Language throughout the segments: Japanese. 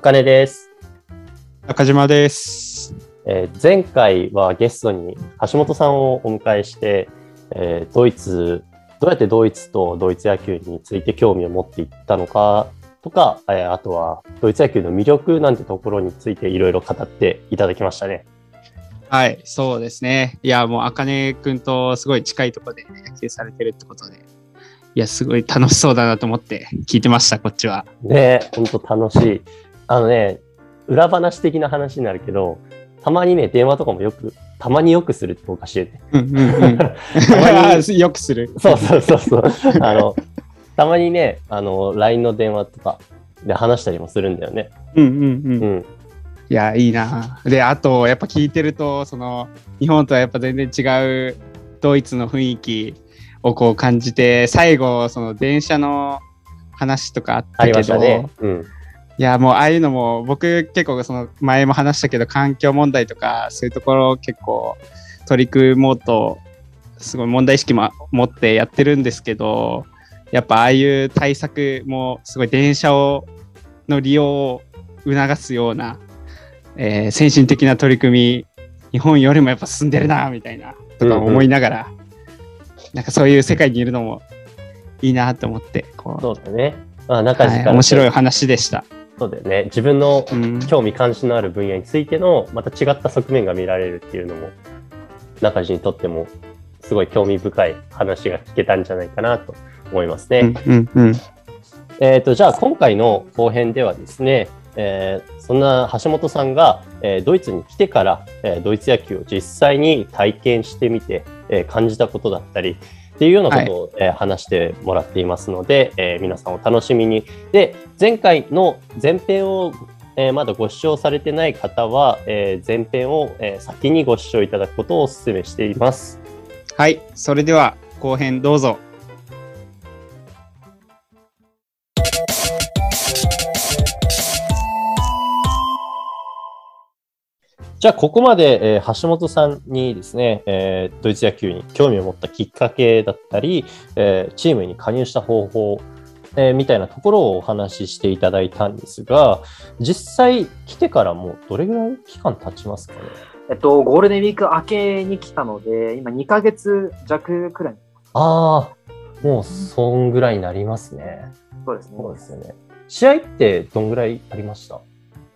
茜です。 中島です。 前回はゲストに橋本さんをお迎えして、どうやってドイツとドイツ野球について興味を持っていったのかとか、あとはドイツ野球の魅力なんてところについていろいろ語っていただきましたね。 はい、そうですね。いや、もう茜くんとすごい近いところで野球されてるってことで、いや、すごい楽しそうだなと思って聞いてました、こっちは。 ね、本当楽しい。裏話的な話になるけど、たまにね、電話とかもたまによくするっておかしいよね。 よくする。 そう。たまにね、LINE の電話とかで話したりもするんだよね。 いや、いいな。で、あと、やっぱ聞いてると、日本とはやっぱ全然違うドイツの雰囲気をこう感じて、最後、電車の話とかあったけど、ありましたね。いや、もうああいうのも僕結構前も話したけど環境問題とかそういうところ結構取り組もうとすごい問題意識も持ってやってるんですけど、やっぱああいう対策もすごい電車の利用を促すような、先進的な取り組み日本よりもやっぱ進んでるなみたいなとか思いながら、なんかそういう世界にいるのもいいなと思ってそうだね。面白い話でした。 そうだよね。自分の興味関心のある分野についてのまた違った側面が見られるっていうのも中地にとってもすごい興味深い話が聞けたんじゃないかなと思いますね。じゃあ今回の後編ではですね、そんな橋本さんが、ドイツに来てから、ドイツ野球を実際に体験してみて、感じたことだったりっていうようなことを、話してもらっていますので、皆さんお楽しみに。で、前回の前編を、まだご視聴されてない方は、前編を、先にご視聴いただくことをお勧めしています。 はい、それでは後編どうぞ。 じゃあここまで、橋本さんにですね、ドイツ野球に興味を持ったきっかけだったり、チームに加入した方法、みたいなところをお話ししていただいたんですが、実際来てからもうどれぐらい期間経ちますかね？ ゴールデンウィーク明けに来たので、今2ヶ月弱くらい。 ああ、もうそんぐらいになりますね。 そうですね。 そうですよね。試合ってどんぐらいありました？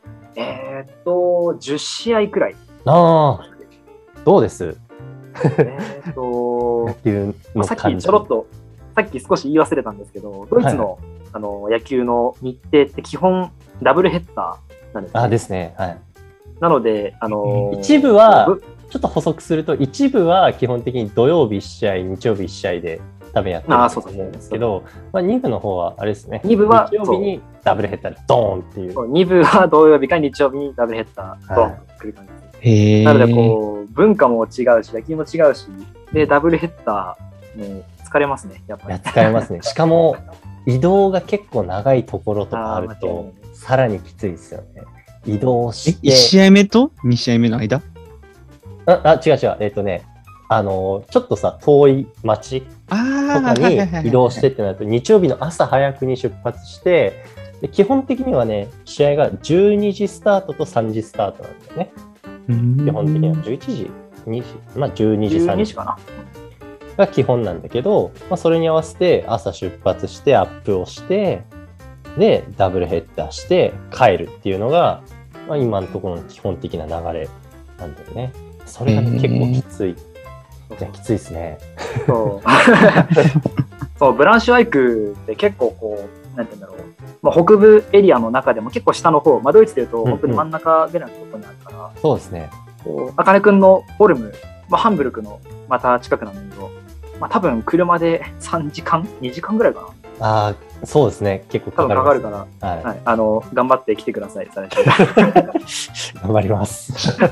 10試合くらい。 ああ、どうです？ 野球のさっきちょろっと、さっき少し言い忘れたんですけど、ドイツの、野球の日程って基本ダブルヘッダーなんですね。 ですね。はい。 なので、 一部は、ちょっと補足すると、一部は基本的に土曜日1試合、日曜日1試合で多分やってると思うんですけど、2部の方はあれですね。 2部は日曜日にダブルヘッダーでドーンっていう。 2部は土曜日か日曜日にダブルヘッダードーンってくる感じです。なので文化も違うし、野球も違うし、で、ダブルヘッダーも疲れますね、やっぱり。 疲れますね。しかも、移動が結構長いところとかあると、さらにきついですよね。移動して。 1試合目と2試合目の間？ 違う。ちょっとさ、遠い町とかに移動してってなると、日曜日の朝早くに出発して、で基本的にはね、試合が12時スタートと3時スタートなんだよね。基本的には11時、2時、12時、3時かな。が基本なんだけど、それに合わせて朝出発してアップをして、で、ダブルヘッダーして帰るっていうのが、今のところの基本的な流れなんだよね。それが結構きつい。きついですね。 そう、ブランシュワイクって結構なんて言うんだろう。北部エリアの中でも結構下の方、ドイツでいうと本当に真ん中ぐらいのところにあるから。 そうですね。 茜くんのホルム、ハンブルクのまた近くなんだけど、多分車で3時間、2時間ぐらいかな。そうですね。結構かかるから、頑張って来てください、最初。 頑張ります。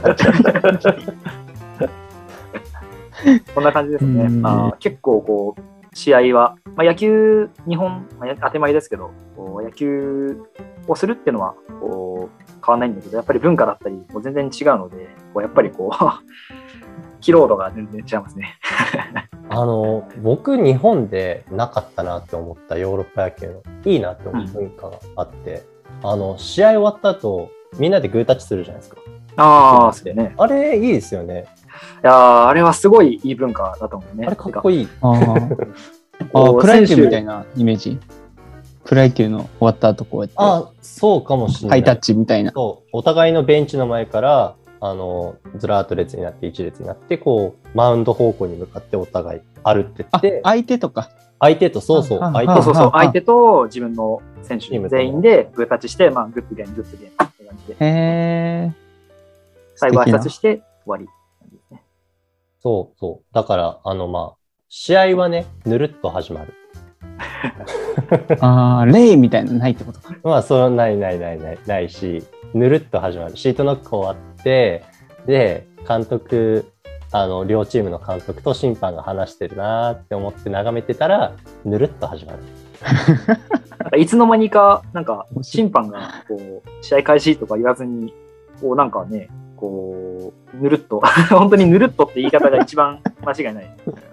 こんな感じですね。結構試合は、野球、日本、当て前ですけど、野球をするっていうのは変わらないんだけど、やっぱり文化だったりも全然違うので、やっぱり疲労度が全然違いますね。 僕、日本でなかったなって思ったヨーロッパ野球のいいなって思う文化があって、試合終わった後、みんなでグータッチするじゃないですか。 ああ、そうね。 あれ、いいですよね。 いやー、あれはすごいいい文化だと思うね。 あれ、かっこいい。 プロ野球みたいなイメージ。プロ野球の終わった後こうやって。 そうかもしれない。 ハイタッチみたいな。 そう。お互いのベンチの前から、ずらーっと列になって一列になってこうマウンド方向に向かってお互い歩ってって、 相手と相手と相手と自分の選手全員でグータッチして、まあ、グッドゲームって感じで、最後挨拶して終わり、ね、 そうだから試合はねぬるっと始まるレイみたいなのないってことか。 まあそれはないし、ぬるっと始まる。シートノック終わってで監督両チームの監督と審判が話してるなって思って眺めてたらぬるっと始まるなんかいつの間にかなんか審判がこう試合開始とか言わずにこうなんかねこうぬるっと本当にぬるっとって言い方が一番間違いない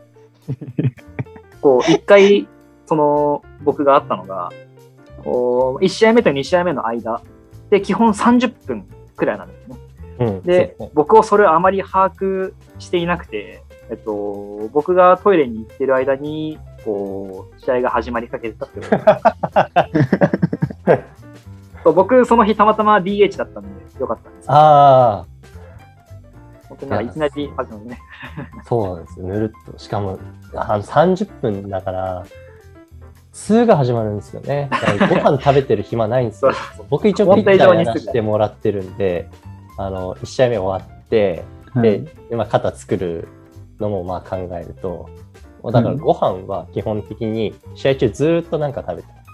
こう一回その僕があったのがこう1試合目と2試合目の間で基本30分くらいなんですね。で、僕をそれをあまり把握していなくて、僕がトイレに行ってる間にこう試合が始まりかけてたってこと僕その日たまたま DH だったんでよかったんです。本当にいきなり始まるね。 そうなんですよ、ぬるっと。しかも30分だから2が始まるんですよね。ご飯食べてる暇ないんですよ。僕一応ピッチャーやらせてもらってるんで、1試合目終わって、で今肩作るのもまあ考えると、だからご飯は基本的に試合中ずっとなんか食べてる。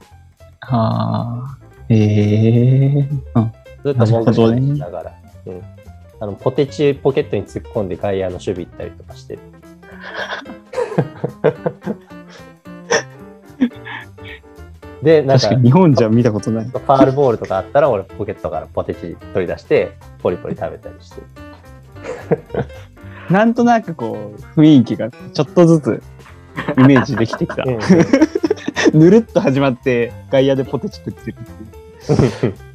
ずっともぐもぐしながら、ポテチポケットに突っ込んで外野の守備行ったりとかしてる。でなんか日本じゃ見たことない。 ファールボールとかあったら俺ポケットからポテチ取り出してポリポリ食べたりしてなんとなくこう雰囲気がちょっとずつイメージできてきた。ぬるっと始まって外野でポテチ食ってるっていう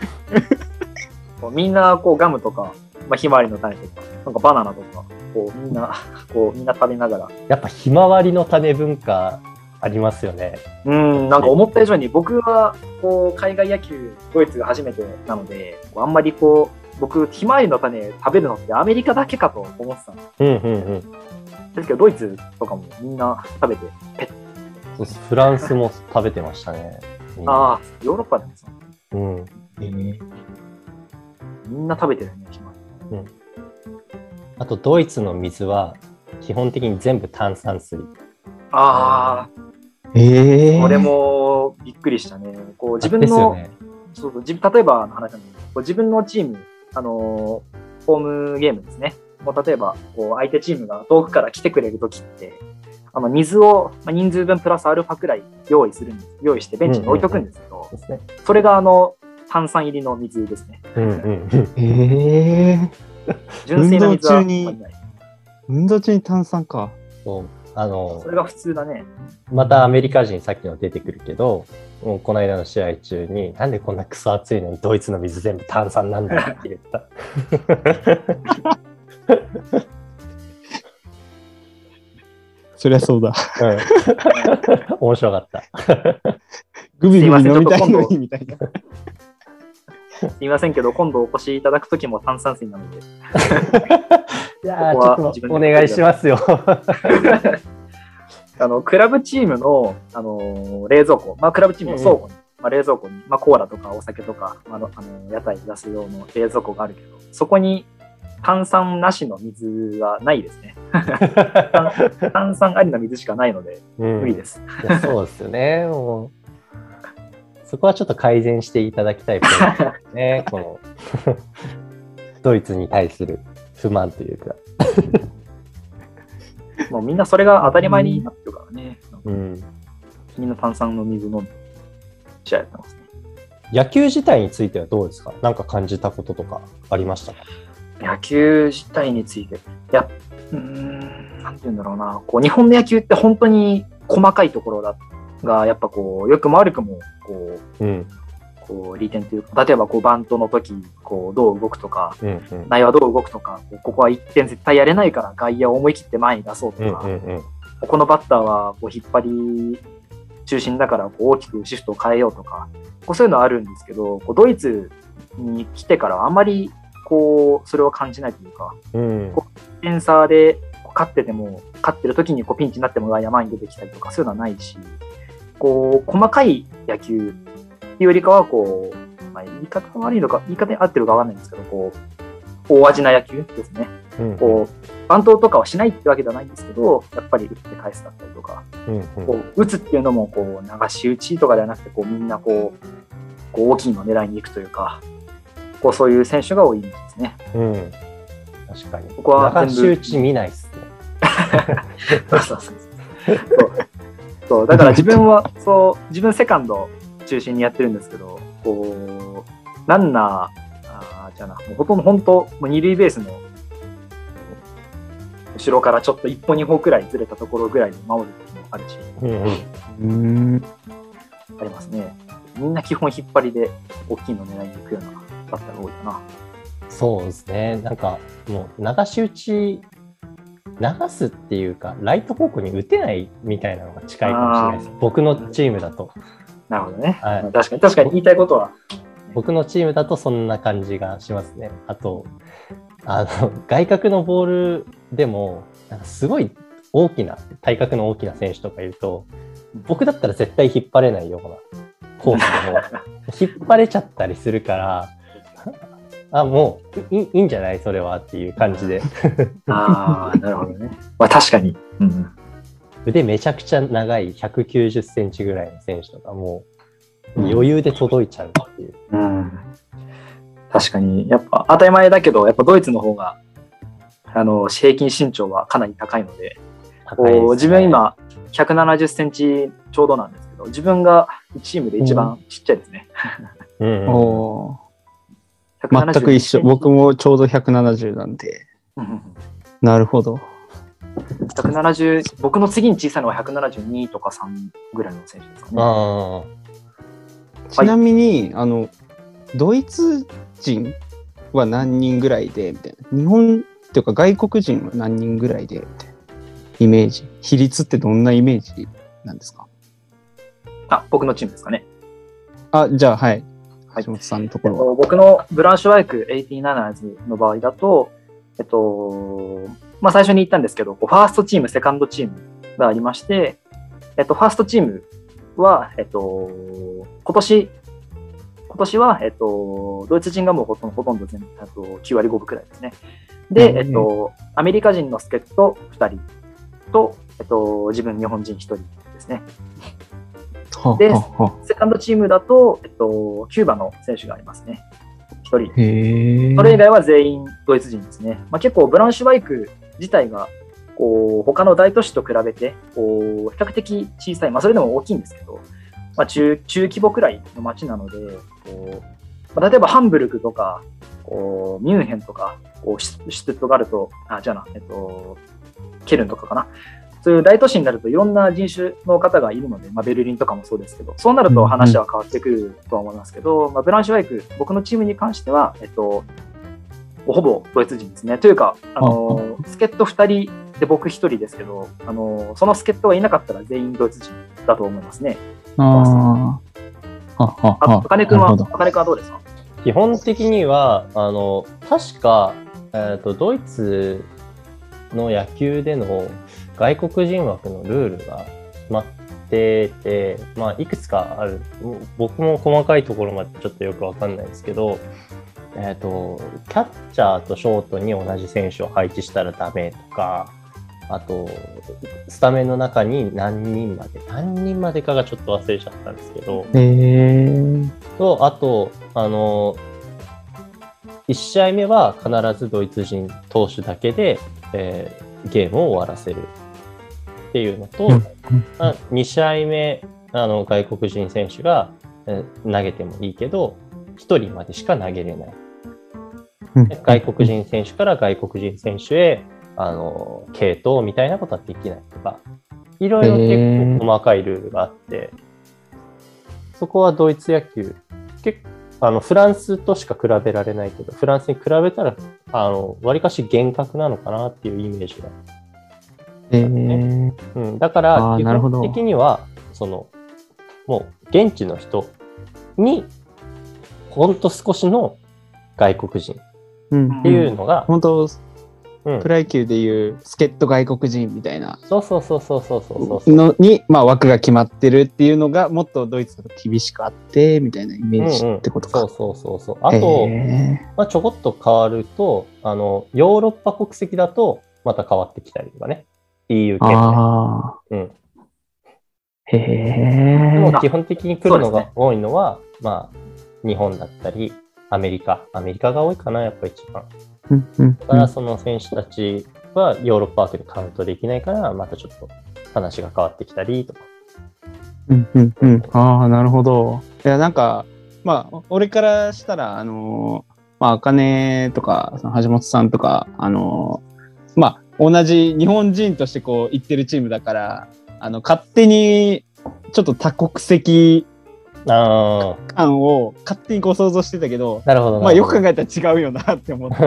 みんなこうガムとか、ひまわりの種とかなんかバナナとかこうみんな食べながら、 やっぱひまわりの種文化ありますよね。 なんか思った以上に僕はこう海外野球ドイツが初めてなのであんまりこう僕ひまわりの種食べるのってアメリカだけかと思ってたんです。ですけどドイツとかもみんな食べてペッ。 フランスも食べてましたね。 ヨーロッパでもそう。みんな食べてるねひまわり。 あとドイツの水は基本的に全部炭酸水。 これもびっくりしたね。こう自分の、例えばの話なんですけど、自分のチーム、ホームゲームですね。例えばこう相手チームが遠くから来てくれるときって、水を人数分プラスアルファくらい用意してベンチに置いとくんですけど、それが炭酸入りの水ですね。純粋な水は運動中に炭酸か。 それが普通だね。 またアメリカ人さっきの出てくるけど、もうこの間の試合中になんでこんなクソ暑いのにドイツの水全部炭酸なんだって言った。 そりゃそうだ。 面白かった。 グビグビ飲みたいのにみたいな。 すいませんけど今度お越しいただくときも炭酸水なので。 いやちょっとお願いしますよ。 クラブチームの、冷蔵庫、クラブチームの倉庫に、冷蔵庫に、コーラとかお酒とか、屋台出す用の冷蔵庫があるけど、そこに炭酸なしの水はないですね。炭酸ありの水しかないので、無理です。 そうですよね。もうそこはちょっと改善していただきたいポイントですね。このドイツに対する不満というか。 もうみんなそれが当たり前になってるからね。みんな炭酸の水飲んで試合やってますね。 野球自体についてはどうですか？なんか感じたこととかありましたか？ 野球自体について、なんて言うんだろうな、こう日本の野球って本当に細かいところが、やっぱこう、良くも悪くも、こう利点というか、例えばこうバントの時、こうどう動くとか、内野はどう動くとか、ここは1点絶対やれないから外野を思い切って前に出そうとか、このバッターはこう引っ張り中心だからこう大きくシフトを変えようとか、こうそういうのはあるんですけど、こうドイツに来てからはあんまりこうそれを感じないというか、こう点差で勝ってる時にこうピンチになっても外野前に出てきたりとか、そういうのはないし、こう細かい野球っていうよりかはこう、言い方悪いのか、言い方に合ってるかわかんないんですけど、こう大味な野球ですね。こうバントとかはしないってわけではないんですけど、やっぱり打って返すだったりとか、こう打つっていうのもこう流し打ちとかではなくて、こうみんなこう大きいのを狙いに行くというか、こうそういう選手が多いんですね。 確かに。 ここは流し打ち見ないですね。 そうだから自分セカンド中心にやってるんですけど、こうランナーじゃな、もうほとんど本当もう二塁ベースの後ろからちょっと一歩二歩くらいずれたところぐらいで守る時もあるし、ありますね。みんな基本引っ張りで大きいの狙いに行くようなバッターが多いかな。 そうですね。なんかもう流し打ち流すっていうかライト方向に打てないみたいなのが近いかもしれないです。僕のチームだと。 なるほどね。はい、確かに言いたいことは。 僕のチームだとそんな感じがしますね。あと外角のボールでもなんかすごい体格の大きな選手とかいると、僕だったら絶対引っ張れないようなコースでも引っ張れちゃったりするからもういいんじゃないそれはっていう感じでなるほどね。確かに、 腕めちゃくちゃ長い190センチぐらいの選手とかもう余裕で届いちゃうっていう、 確かにやっぱ当たり前だけど、やっぱドイツの方が平均身長はかなり高いので、自分今170センチちょうどなんですけど、自分がチームで一番ちっちゃいですね。 全く一緒。僕もちょうど170なんで。なるほど。 170、僕の次に小さいのは172とか3ぐらいの選手ですかね。 ちなみに、ドイツ人は何人ぐらいでみたいな。日本っていうか外国人は何人ぐらいでみたいなイメージ。比率ってどんなイメージなんですか？ 僕のチームですかね。 じゃあ、はい。橋本さんのところは。 僕のブランシュワイク 89ers の場合だと、最初に言ったんですけど、ファーストチーム、セカンドチームがありまして、ファーストチームは、今年は、ドイツ人がもうほとんど9割5分くらいですね。で、アメリカ人の助っ人2人と、自分日本人1人ですね。で、セカンドチームだと、キューバの選手がありますね。1人。それ以外は全員ドイツ人ですね。結構ブランシュバイク自体が他の大都市と比べて比較的小さい、それでも大きいんですけど、中規模くらいの街なので、例えばハンブルクとかミュンヘンとかシュトゥットガルト、ケルンとかかな。そういう大都市になるといろんな人種の方がいるので、ベルリンとかもそうですけど、そうなると話は変わってくるとは思いますけど、ブランシュバイク、僕のチームに関しては、ほぼドイツ人ですね。というか、助っ人2人で僕1人ですけど、その助っ人がいなかったら全員ドイツ人だと思いますね。茜君はどうですか？ 基本的には確か、ドイツの野球での外国人枠のルールが決まってて、いくつかある。僕も細かいところまでちょっとよくわかんないですけど、キャッチャーとショートに同じ選手を配置したらダメとか、あとスタメンの中に何人までかがちょっと忘れちゃったんですけど、あと1試合目は必ずドイツ人投手だけで、ゲームを終わらせるっていうのと、2試合目外国人選手が、投げてもいいけど1人までしか投げれないっ外国人選手から外国人選手へ系統みたいなことはできないとか、いろいろ結構細かいルールがあって、そこはドイツ野球、フランスとしか比べられないけど、フランスに比べたら、わりかし厳格なのかなっていうイメージが。だから、基本的には、もう現地の人に、ほんと少しの外国人っていうのが、 本当プロ野球でいう助っ人外国人みたいなのに、まあ、枠が決まってるっていうのがもっとドイツだと厳しくあってみたいなイメージってことか。 あと、まあ、ちょこっと変わるとヨーロッパ国籍だとまた変わってきたりとかね、 EU 圏で、でも基本的に来るのが多いのは、まあ、日本だったりアメリカが多いかな、やっぱ一番。だからその選手たちはヨーロッパ枠にカウントできないから、またちょっと話が変わってきたりとか。 ああ、なるほど。いや、なんか、まあ、俺からしたら、まあ、茜とか、橋本さんとか、まあ、同じ日本人としてこう、行ってるチームだから、勝手に、ちょっと多国籍感を勝手にこう想像してたけど、まあよく考えたら違うよなって思って、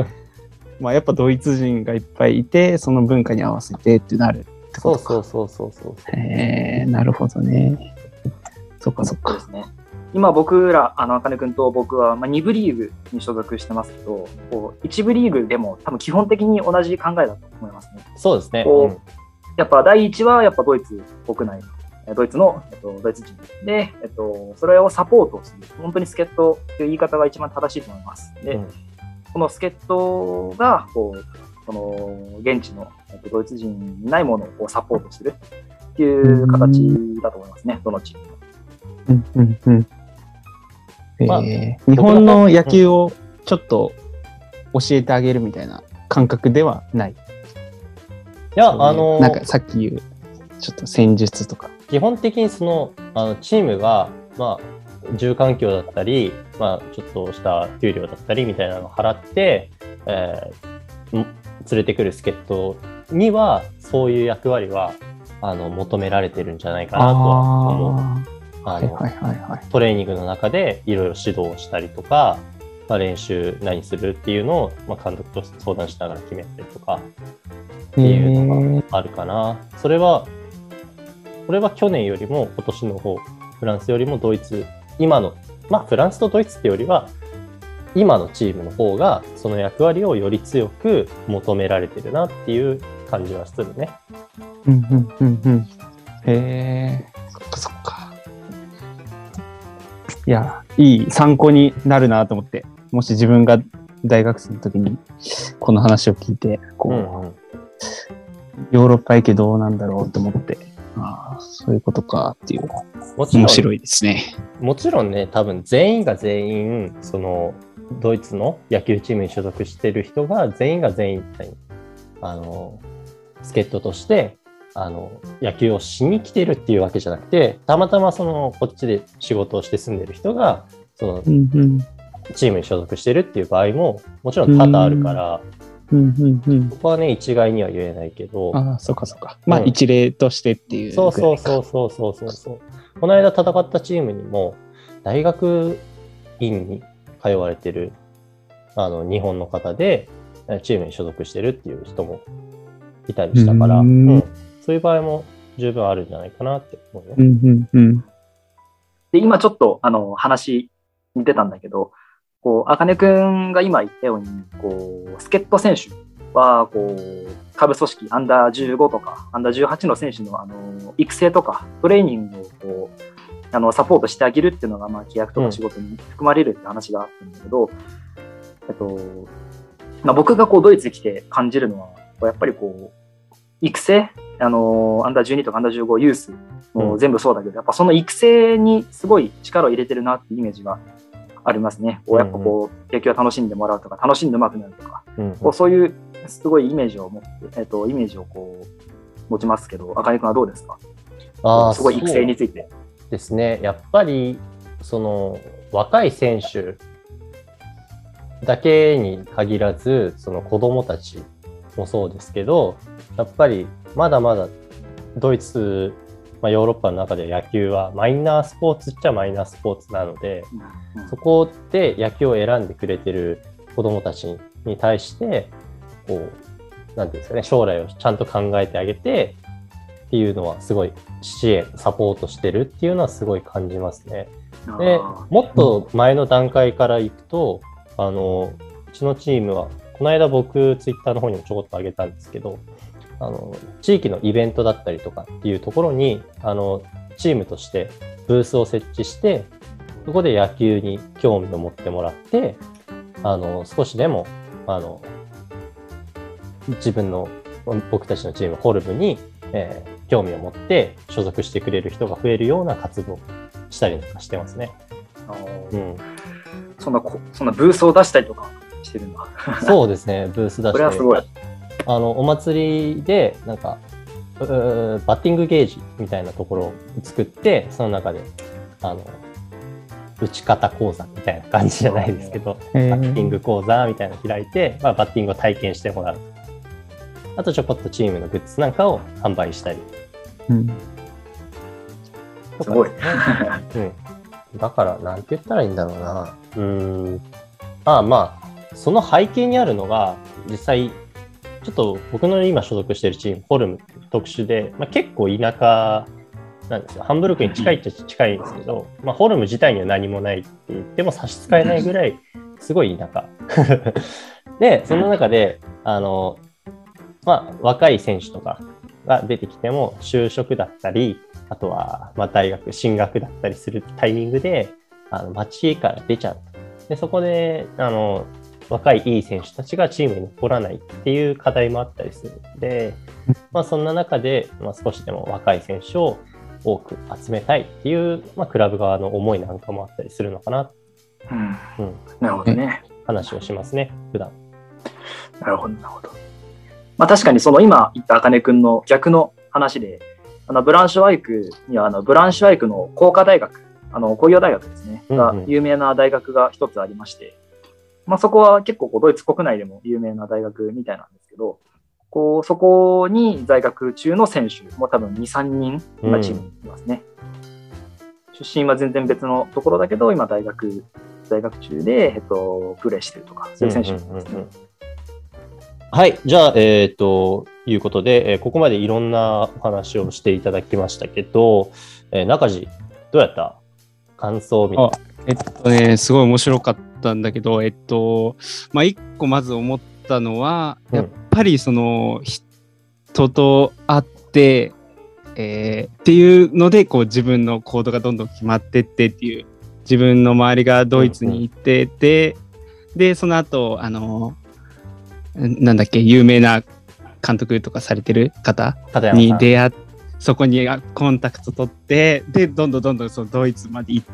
まあやっぱドイツ人がいっぱいいて、その文化に合わせてってなるってことか。そう。なるほどね。そっか。 ですね。今僕ら茜君と僕は2部リーグに所属してますけど、1部リーグでも多分基本的に同じ考えだと思いますね。 そうですね。 やっぱ第一はやっぱドイツ国内。ドイツの、ドイツ人で、それをサポートする。本当に助っ人という言い方が一番正しいと思います。で、この助っ人が、この現地のドイツ人にないものをサポートするっていう形だと思いますね、どのチームも。日本の野球をちょっと教えてあげるみたいな感覚ではない。いや、 なんかさっき言う、ちょっと戦術とか。 基本的にチームが、まあ、住環境だったり、まあ、ちょっとした給料だったりみたいなのを払って、連れてくる助っ人にはそういう役割は求められてるんじゃないかなとは思う。トレーニングの中でいろいろ指導をしたりとか、まあ、練習何するっていうのを、まあ、監督と相談しながら決めたりとかっていうのがあるかな。これは去年よりも今年の方、フランスよりもドイツ、今の、まあフランスとドイツってよりは、今のチームの方がその役割をより強く求められてるなっていう感じはするね。 そっか。いや、いい参考になるなと思って、もし自分が大学生の時にこの話を聞いて、ヨーロッパ行けどうなんだろうと思って、そういうことかっていう。面白いですね。 もちろんね、多分全員が全員、ドイツの野球チームに所属してる人が全員が全員、助っ人として、野球をしに来てるっていうわけじゃなくて、たまたまこっちで仕事をして住んでる人が、チームに所属してるっていう場合も、もちろん多々あるから、ここはね、一概には言えないけど。 そうか。まあ、一例としてっていう。 そう。この間戦ったチームにも、大学院に通われてる、日本の方で、チームに所属してるっていう人もいたりしたから、そういう場合も十分あるんじゃないかなって思うね。 で、今ちょっと、話似てたんだけど、茜くんが今言ったように、助っ人選手は、下部組織、アンダー15とか、アンダー18の選手の、育成とか、トレーニングをサポートしてあげるっていうのが、まあ、契約とか仕事に含まれるって話があったんだけど、まあ、僕がドイツに来て感じるのは、やっぱり育成、アンダー12とかアンダー15、ユースも全部そうだけど、やっぱその育成にすごい力を入れてるなっていうイメージがありますね。やっぱ野球を楽しんでもらうとか、楽しんでうまくなるとか、そういうすごいイメージを持って、イメージを持ちますけど、茜君はどうですか？すごい育成について。 ですね。やっぱり若い選手だけに限らず、その子供たちもそうですけど、やっぱりまだまだドイツ、ヨーロッパの中で野球はマイナースポーツっちゃマイナースポーツなので、そこで野球を選んでくれてる子供たちに対して、こう、なんていうんですかね、将来をちゃんと考えてあげてっていうのはすごい支援、サポートしてるっていうのはすごい感じますね。で、もっと前の段階からいくと、うちのチームは、この間僕ツイッターの方にもちょこっと上げたんですけど、地域のイベントだったりとかっていうところに、チームとしてブースを設置して、そこで野球に興味を持ってもらって、少しでも、僕たちのチーム、ホルムに、興味を持って所属してくれる人が増えるような活動をしたりとかしてますね。 そんなブースを出したりとかしてるんだ。 そうですね、ブース出して。 これはすごい。 お祭りで、なんか、バッティングゲージみたいなところを作って、その中で、打ち方講座みたいな感じじゃないですけど、バッティング講座みたいなのを開いて、バッティングを体験してもらう。あとちょこっとチームのグッズなんかを販売したり。 すごい。 だから、なんて言ったらいいんだろうな。その背景にあるのが、実際、ちょっと僕の今所属しているチーム、ホルムって特殊で、結構田舎なんですよ。ハンブルクに近いっちゃ近いんですけど、ホルム自体には何もないって言っても差し支えないぐらい、すごい田舎。で、その中で、若い選手とかが出てきても、就職だったり、あとは、大学、進学だったりするタイミングで、町から出ちゃう。で、そこで、若いいい選手たちがチームに残らないっていう課題もあったりするので、そんな中で、少しでも若い選手を多く集めたいっていう、クラブ側の思いなんかもあったりするのかな。 なるほどね。 話をしますね、普段。 なるほど、なるほど。確かに今言った茜くんの逆の話で、ブランシュワイクにはブランシュワイクの工科大学、工業大学ですね、が有名な大学が一つありまして、そこは結構ドイツ国内でも有名な大学みたいなんですけど、そこに在学中の選手も多分2、3人今チームにいますね。出身は全然別のところだけど、今在学中で、プレーしてるとか、そういう選手もいますね。 はい。じゃあ、いうことで、ここまでいろんなお話をしていただきましたけど、中地、どうやった？感想みたいな。すごい面白かったんだけど、一個まず思ったのは、やっぱり人と会って、っていうので、自分の行動がどんどん決まってってっていう、自分の周りがドイツに行ってて、で、その後、有名な監督とかされてる方に出会って、そこにコンタクト取って、で、どんどんドイツまで行って、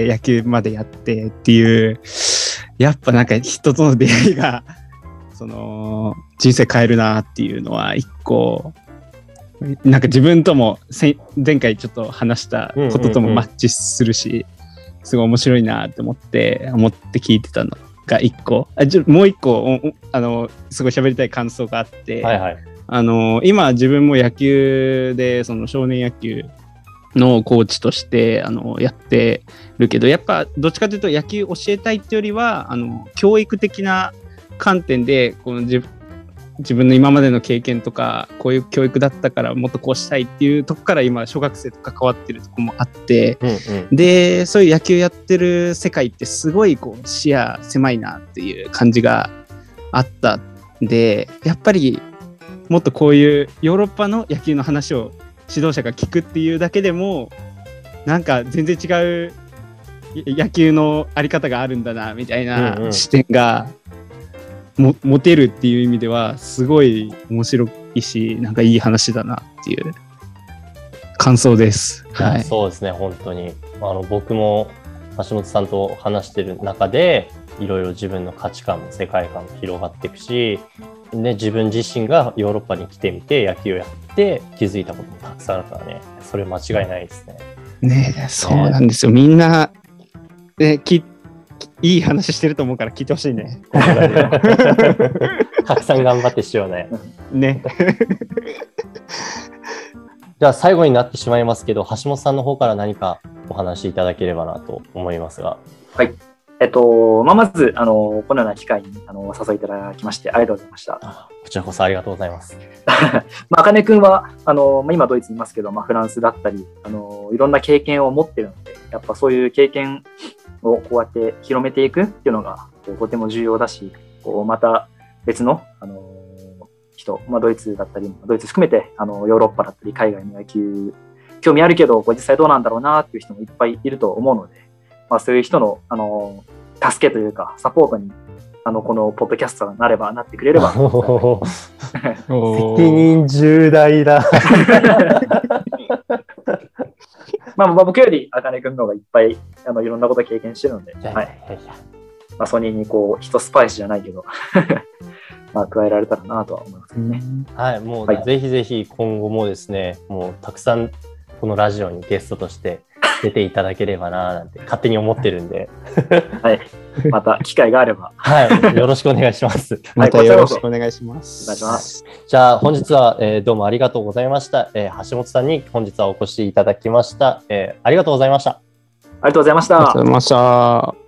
野球までやってっていう、やっぱ人との出会いが、人生変えるなっていうのは一個、自分とも前回ちょっと話したことともマッチするし、すごい面白いなって思って聞いてたのが一個。もう一個、すごい喋りたい感想があって、今自分も野球で少年野球のコーチとしてやってるけど、やっぱどっちかというと野球教えたいってよりは教育的な観点で自分の今までの経験とか、こういう教育だったからもっとこうしたいっていうとこから今小学生と関わってるとこもあって、でそういう野球やってる世界ってすごい視野狭いなっていう感じがあったんで、やっぱりもっとこういうヨーロッパの野球の話を指導者が聞くっていうだけでも全然違う野球のあり方があるんだなみたいな視点が持てるっていう意味ではすごい面白いし、いい話だなっていう感想です。 はい、そうですね、本当に僕も橋本さんと話してる中でいろいろ自分の価値観も世界観も広がっていくし、自分自身がヨーロッパに来てみて野球をやって気づいたこともたくさんあるからね、それ間違いないですね。 そうなんですよ。みんないい話してると思うから聞いてほしいね。 拡散頑張ってしようね。 ね。 じゃあ最後になってしまいますけど、橋本さんの方から何かお話しいただければなと思いますが。 はい。まず、このような機会にお誘いいただきまして、ありがとうございました。 こちらこそありがとうございます。 あかねくんは、今ドイツにいますけど、フランスだったり、いろんな経験を持ってるので、やっぱそういう経験をこうやって広めていくっていうのがとても重要だし、また別の、人、ドイツだったり、ドイツ含めてヨーロッパだったり、海外の野球、興味あるけど、実際どうなんだろうなっていう人もいっぱいいると思うので、そういう人の、助けというか、サポートに、このポッドキャストがなってくれれば。 責任重大だ。 僕よりあかねくんの方がいっぱいいろんなこと経験してるので、ソニーに一スパイスじゃないけど加えられたらなとは思いますね。 はい、もうぜひぜひ今後もですね、もうたくさんこのラジオにゲストとして出ていただければななんて勝手に思ってるんで、 はい、また機会があれば、 はい、よろしくお願いします。 またよろしくお願いします。 お願いします。 じゃあ本日は、どうもありがとうございました。橋本さんに本日はお越しいただきました。ありがとうございました。 ありがとうございました。 ありがとうございました。